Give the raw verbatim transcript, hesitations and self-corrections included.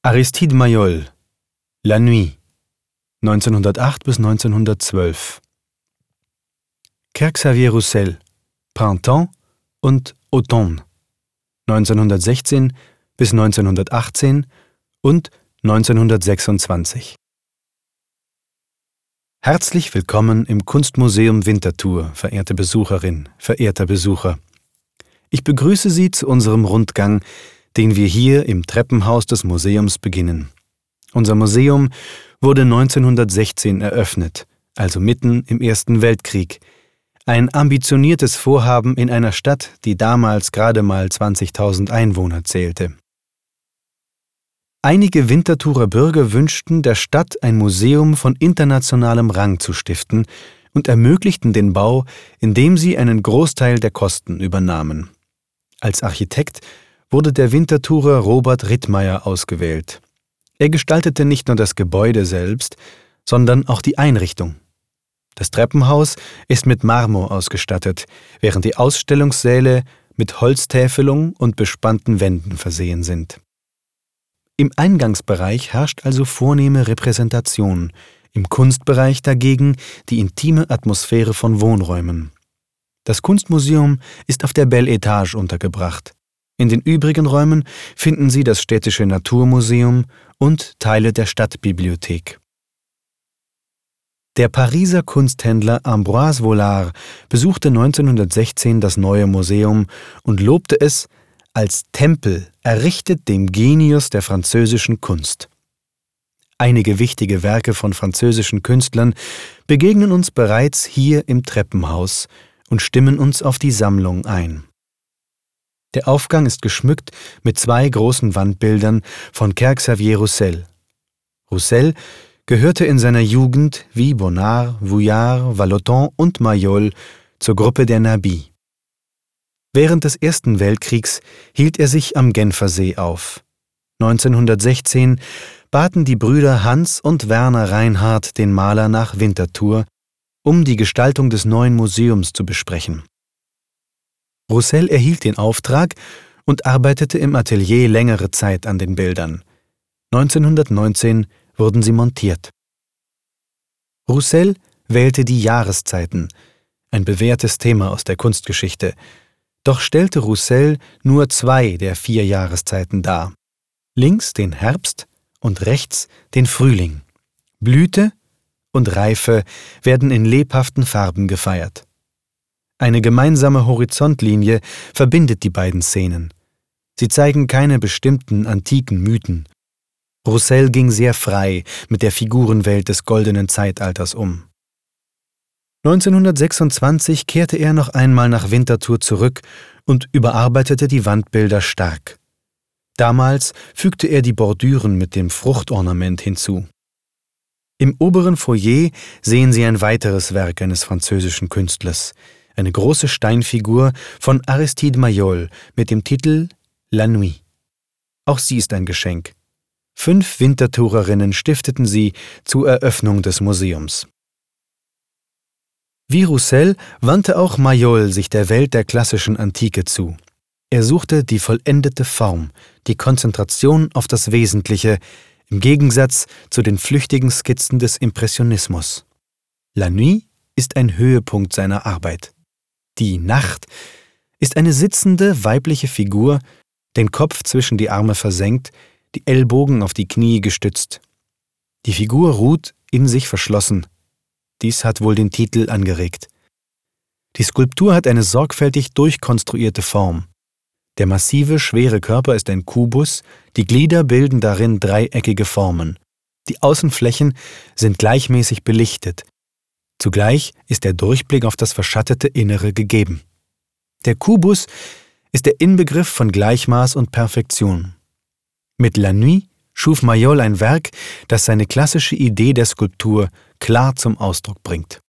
Aristide Maillol, La Nuit, neunzehnhundertacht bis neunzehnhundertzwölf. Kirk-Xavier Roussel, Printemps und Automne, neunzehnhundertsechzehn bis neunzehnhundertachtzehn und neunzehnhundertsechsundzwanzig. Herzlich willkommen im Kunstmuseum Winterthur, verehrte Besucherin, verehrter Besucher. Ich begrüße Sie zu unserem Rundgang, den wir hier im Treppenhaus des Museums beginnen. Unser Museum wurde neunzehnhundertsechzehn eröffnet, also mitten im Ersten Weltkrieg. Ein ambitioniertes Vorhaben in einer Stadt, die damals gerade mal zwanzigtausend Einwohner zählte. Einige Winterthurer Bürger wünschten, der Stadt ein Museum von internationalem Rang zu stiften und ermöglichten den Bau, indem sie einen Großteil der Kosten übernahmen. Als Architekt wurde der Winterthurer Robert Rittmeier ausgewählt. Er gestaltete nicht nur das Gebäude selbst, sondern auch die Einrichtung. Das Treppenhaus ist mit Marmor ausgestattet, während die Ausstellungssäle mit Holztäfelung und bespannten Wänden versehen sind. Im Eingangsbereich herrscht also vornehme Repräsentation, im Kunstbereich dagegen die intime Atmosphäre von Wohnräumen. Das Kunstmuseum ist auf der Belle Etage untergebracht. In den übrigen Räumen finden Sie das Städtische Naturmuseum und Teile der Stadtbibliothek. Der Pariser Kunsthändler Ambroise Vollard besuchte neunzehnhundertsechzehn das neue Museum und lobte es als Tempel, errichtet dem Genius der französischen Kunst. Einige wichtige Werke von französischen Künstlern begegnen uns bereits hier im Treppenhaus und stimmen uns auf die Sammlung ein. Der Aufgang ist geschmückt mit zwei großen Wandbildern von Kirk-Xavier Roussel. Roussel gehörte in seiner Jugend wie Bonnard, Vuillard, Vallotton und Maillol zur Gruppe der Nabis. Während des Ersten Weltkriegs hielt er sich am Genfersee auf. neunzehnhundertsechzehn baten die Brüder Hans und Werner Reinhardt den Maler nach Winterthur, um die Gestaltung des neuen Museums zu besprechen. Roussel erhielt den Auftrag und arbeitete im Atelier längere Zeit an den Bildern. neunzehnhundertneunzehn wurden sie montiert. Roussel wählte die Jahreszeiten, ein bewährtes Thema aus der Kunstgeschichte. Doch stellte Roussel nur zwei der vier Jahreszeiten dar. Links den Herbst und rechts den Frühling. Blüte und Reife werden in lebhaften Farben gefeiert. Eine gemeinsame Horizontlinie verbindet die beiden Szenen. Sie zeigen keine bestimmten antiken Mythen. Roussel ging sehr frei mit der Figurenwelt des goldenen Zeitalters um. neunzehnhundertsechsundzwanzig kehrte er noch einmal nach Winterthur zurück und überarbeitete die Wandbilder stark. Damals fügte er die Bordüren mit dem Fruchtornament hinzu. Im oberen Foyer sehen Sie ein weiteres Werk eines französischen Künstlers, eine große Steinfigur von Aristide Maillol mit dem Titel La Nuit. Auch sie ist ein Geschenk. Fünf Winterthurerinnen stifteten sie zur Eröffnung des Museums. Wie Roussel wandte auch Maillol sich der Welt der klassischen Antike zu. Er suchte die vollendete Form, die Konzentration auf das Wesentliche, im Gegensatz zu den flüchtigen Skizzen des Impressionismus. La Nuit ist ein Höhepunkt seiner Arbeit. Die Nacht ist eine sitzende weibliche Figur, den Kopf zwischen die Arme versenkt, die Ellbogen auf die Knie gestützt. Die Figur ruht in sich verschlossen. Dies hat wohl den Titel angeregt. Die Skulptur hat eine sorgfältig durchkonstruierte Form. Der massive, schwere Körper ist ein Kubus, die Glieder bilden darin dreieckige Formen. Die Außenflächen sind gleichmäßig belichtet. Zugleich ist der Durchblick auf das verschattete Innere gegeben. Der Kubus ist der Inbegriff von Gleichmaß und Perfektion. Mit La Nuit schuf Maillol ein Werk, das seine klassische Idee der Skulptur klar zum Ausdruck bringt.